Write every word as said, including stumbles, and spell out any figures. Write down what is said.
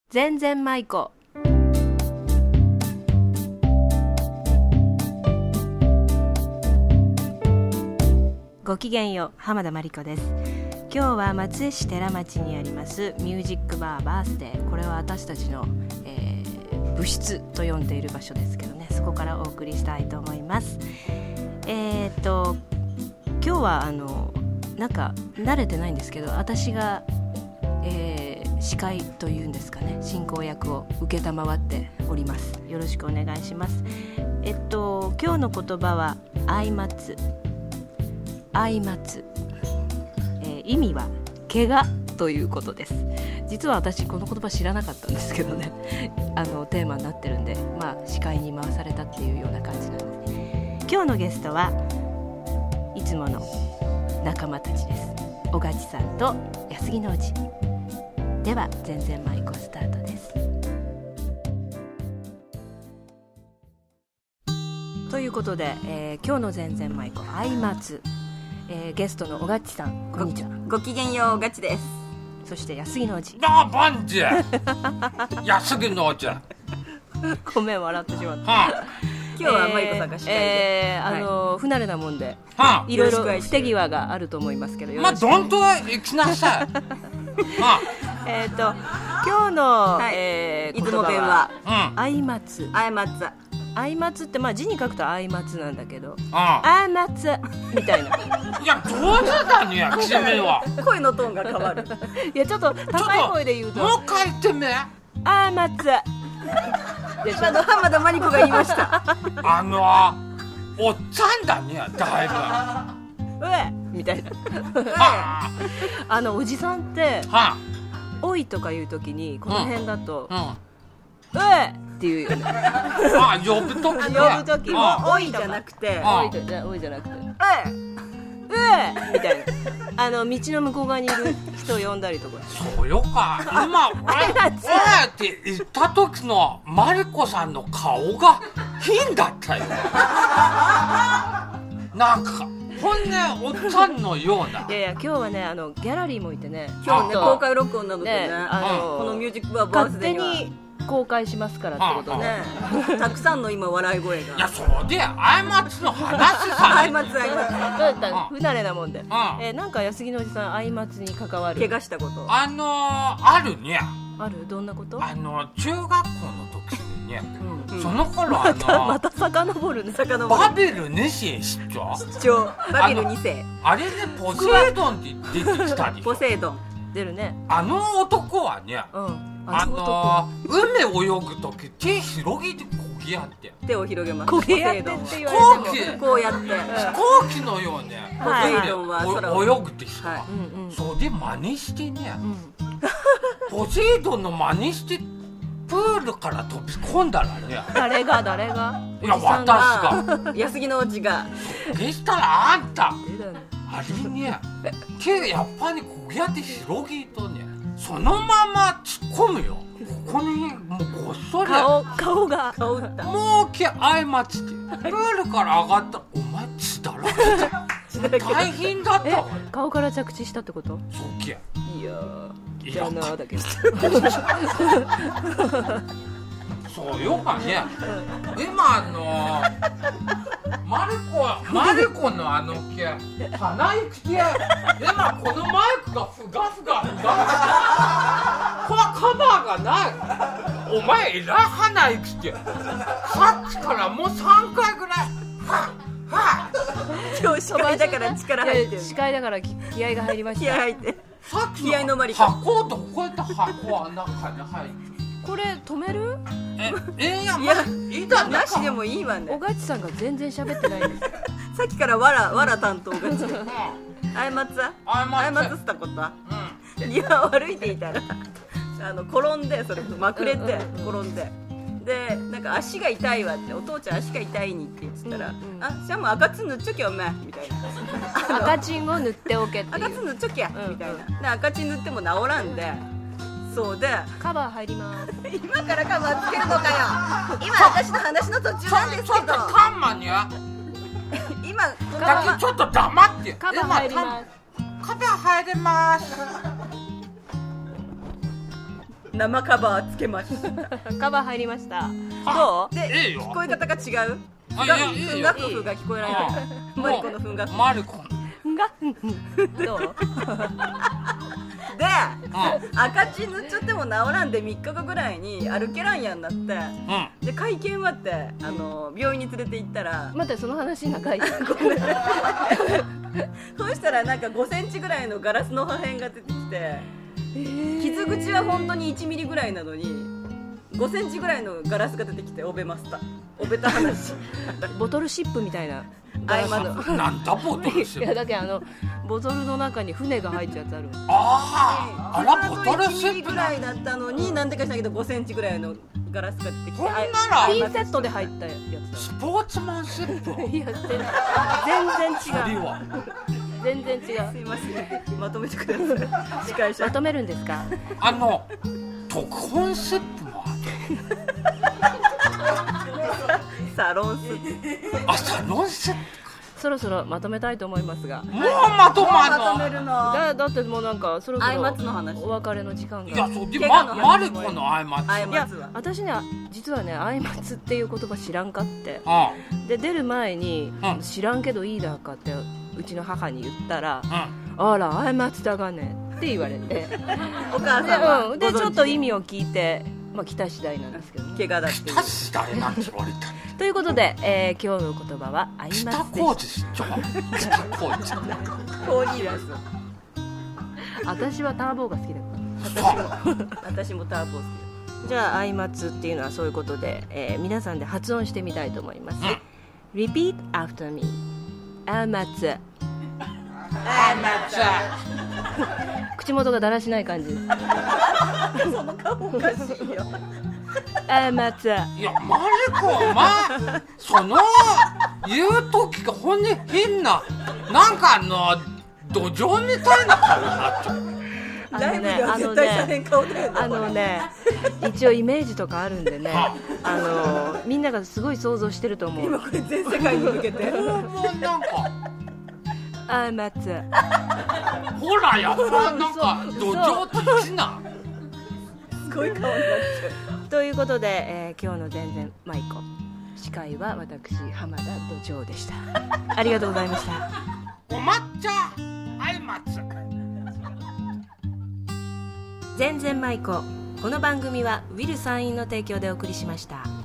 全然舞子。ごきげんよう、浜田真理子です。今日は松江市寺町にありますミュージックバーバースデー。これは私たちの、えー、部室と呼んでいる場所ですけどね、そこからお送りしたいと思います。えー、っと今日はあのなんか慣れてないんですけど、私が、えー、司会というんですかね、進行役を受けたまわっております。よろしくお願いします。えっと今日の言葉は相松。相松、えー、意味は怪我ということです。実は私この言葉知らなかったんですけどねあのテーマになってるんで、まあ司会に回されたっていうような感じなんですね。今日のゲストはいつもの仲間たちです。小勝さんと安木のうちでは、全然舞子スタートです。ということで、えー、今日の全然舞子相松、えー、ゲストの小勝さん、こんにちは。 ご, ごきげんよう、ガチです。 そして安木のうち。 あーバンジ安木のうちごめん、笑ってしまった、 はあ、今日は舞子さんが司会で、 えーえー、あの、はい、不慣れなもんで、 はあ、 いろいろ不手際があると思いますけど、 まあどんと行きなさいはあ、えっ、ー、と今日の、はい、えー、 出雲弁は、 うん、相松。 相松相松って、まあ、字に書くと相松なんだけど、 ああ相松みたいな。 いや上手だね君は。 声のトーンが変わるいやちょっと高い声で言うと、 もう一回言ってみ。 相松今の浜田真理子が言いましたあのおっちゃんだね、だいぶうえみたいなあのおじさんって、 はあ、 おいとか言うときにこの辺だと、 うんうん、 うえっていうよねあ、呼ぶとき呼ぶときもおいじゃなくて、 おいじゃ、おいじゃなくて、うえうえみたいな、あの道の向こう側にいる人を呼んだりとか。 そうよか、今おいって言った時のマリコさんの顔が変だったよなんかほんね、おっちゃんのような。 いやいや、今日はね、あのギャラリーもいてね、 今日ね、公開録音なのでね、 ね、あのこのミュージックバーバースデーには勝手に公開しますからってことね。 たくさんの今笑い声が。 いや、そうで相松の話さ相松相松だった不慣れなもんで、 うん、 えー、なんか安木のおじさん相松に関わる怪我したことあのー、あるね。 ある？どんなこと？ あの中学校の時にね、 うん、 その頃あのまたまた遡るね。 遡る。 バビルに世知っちゃ知っちゃバビルに世。 あれね、ポセイドンって出てきたでしょ。 ポセイドン出るね。 あの男はね、うん、あの海泳ぐ時手広げてこぎやって手を広げます。 こぎやってって言われてもこうやって飛行機のようね、 ポセイドンは空を泳ぐって人、はい、うんうん、それで真似してね、うん、ポセイドンの真似してプールから飛び込んだらね。 誰が誰が？ いや、私が。 安木のうちが。 でしたらあんた、あれね、手やっぱりこうやって広げとね、そのまま突っ込むよ。ここにもうごっそり顔顔が顔打った。 もうけ相まちてプールから上がったらお前血だらけ大変だったわ。 顔から着地したってこと？ そうけ。 いやーじゃあなだけどそうよかね、うん、今あのー、マルコマルコのあの毛鼻息毛今このマイクがふがふがふがふがこのカバーがない。お前えらい鼻息毛さっきからもうさんかいぐらいはっはっ今日司会だから力入ってる。 司会だから気合が入りました。 気合入ってさっき気合のマリコ箱とこうやって箱は中に入る。 これ止める？ え、えー、いや、 いや、 いいだなしでもいいわね。 小勝さんが全然喋ってないんですさっきからわらわら担当がちあいまつはあいまつしたことは、うん、いや歩いていたらあの転んで、それまくれて転んで、でなんか足が痛いわって、お父ちゃん足が痛いにって言ってたら、うんうん、あじゃあもう赤ツン塗っちょきゃお前みたいな赤チンを塗っておけっていう赤ツン塗っちょきゃ、うん、みたいなで赤チン塗っても治らんで、そうでカバー入ります今からカバーつけるのかよ。今私の話の途中なんですけど、 ちょっとカンマにゃ今このだけちょっと黙って。 カバー入ります。 カバー入ります生カバーつけましたカバー入りました。どう？ で、 いいよ聞こえ方が違う。 あいやいいよふんがふふが聞こえない。マリコのふんがふマリコがどう？ で、赤チン塗っちゃっても治らんでみっかごぐらいに歩けらんやんなって、 うん、 で会見はってあの病院に連れて行ったら、 待ってその話長いそうしたらなんかごセンチぐらいのガラスの破片が出てきて、傷口は本当にいちミリぐらいなのにごセンチぐらいのガラスが出てきておべましたおべた話ボトルシップみたいなガラスのなんだボトルシップいやだけどあのボトルの中に船が入っちゃうやつある。 ああ、あらボトルシいちミリップぐらいだったのになんでかしらんけどごセンチぐらいのガラスが出てきて、 ほんならピンセットで入ったやつスポーツマンシップだ。いや全然それ違うは全然違すいうませんまとめてください司会者まとめるんですか？ あの特本シップもあるサロンスッあ、サロンシップそろそろまとめたいと思いますが、 もうまとまんのまとめるのだ, だってもうなんかそろそアイろマツの話お別れの時間が。 いやそうで、 怪ま、 我のマリコのアイマツアイいやマツは私ね実はねアイマツっていう言葉知らんかってあで出る前に、 うん知らんけどいいだかってうちの母に言ったら、 あ、 あらアイマツだがねって言われてで,、 お母さんはうん、でちょっと意味を聞いて、まあ、来た次第なんですけど、ね、 怪我だっていう北市誰なんて言われたということで、えー、今日の言葉はアイマツで北し工事市長北工事コーヒーラスた。私はターボーが好きだから私もターボ好きじゃあアイマツっていうのはそういうことで、えー、皆さんで発音してみたいと思います、うん、Repeat after me アイマツアイマツ口元がだらしない感じですその顔おかしいよアイマツいやマリコお前その言う時がほんに変ななんかあの土壌みたいな顔になっちゃうライブでは絶対されん顔だよねあのね一応イメージとかあるんでねあのみんながすごい想像してると思う。 今これ全世界に向けてもうなんかアイマツほらやっぱなんか土壌的なすごい顔になっちゃうということで、えー、今日の全然マイコ司会は私浜田土壌でしたありがとうございました。 お抹茶アイマツ全然マイコこの番組はウィル・サインの提供でお送りしました。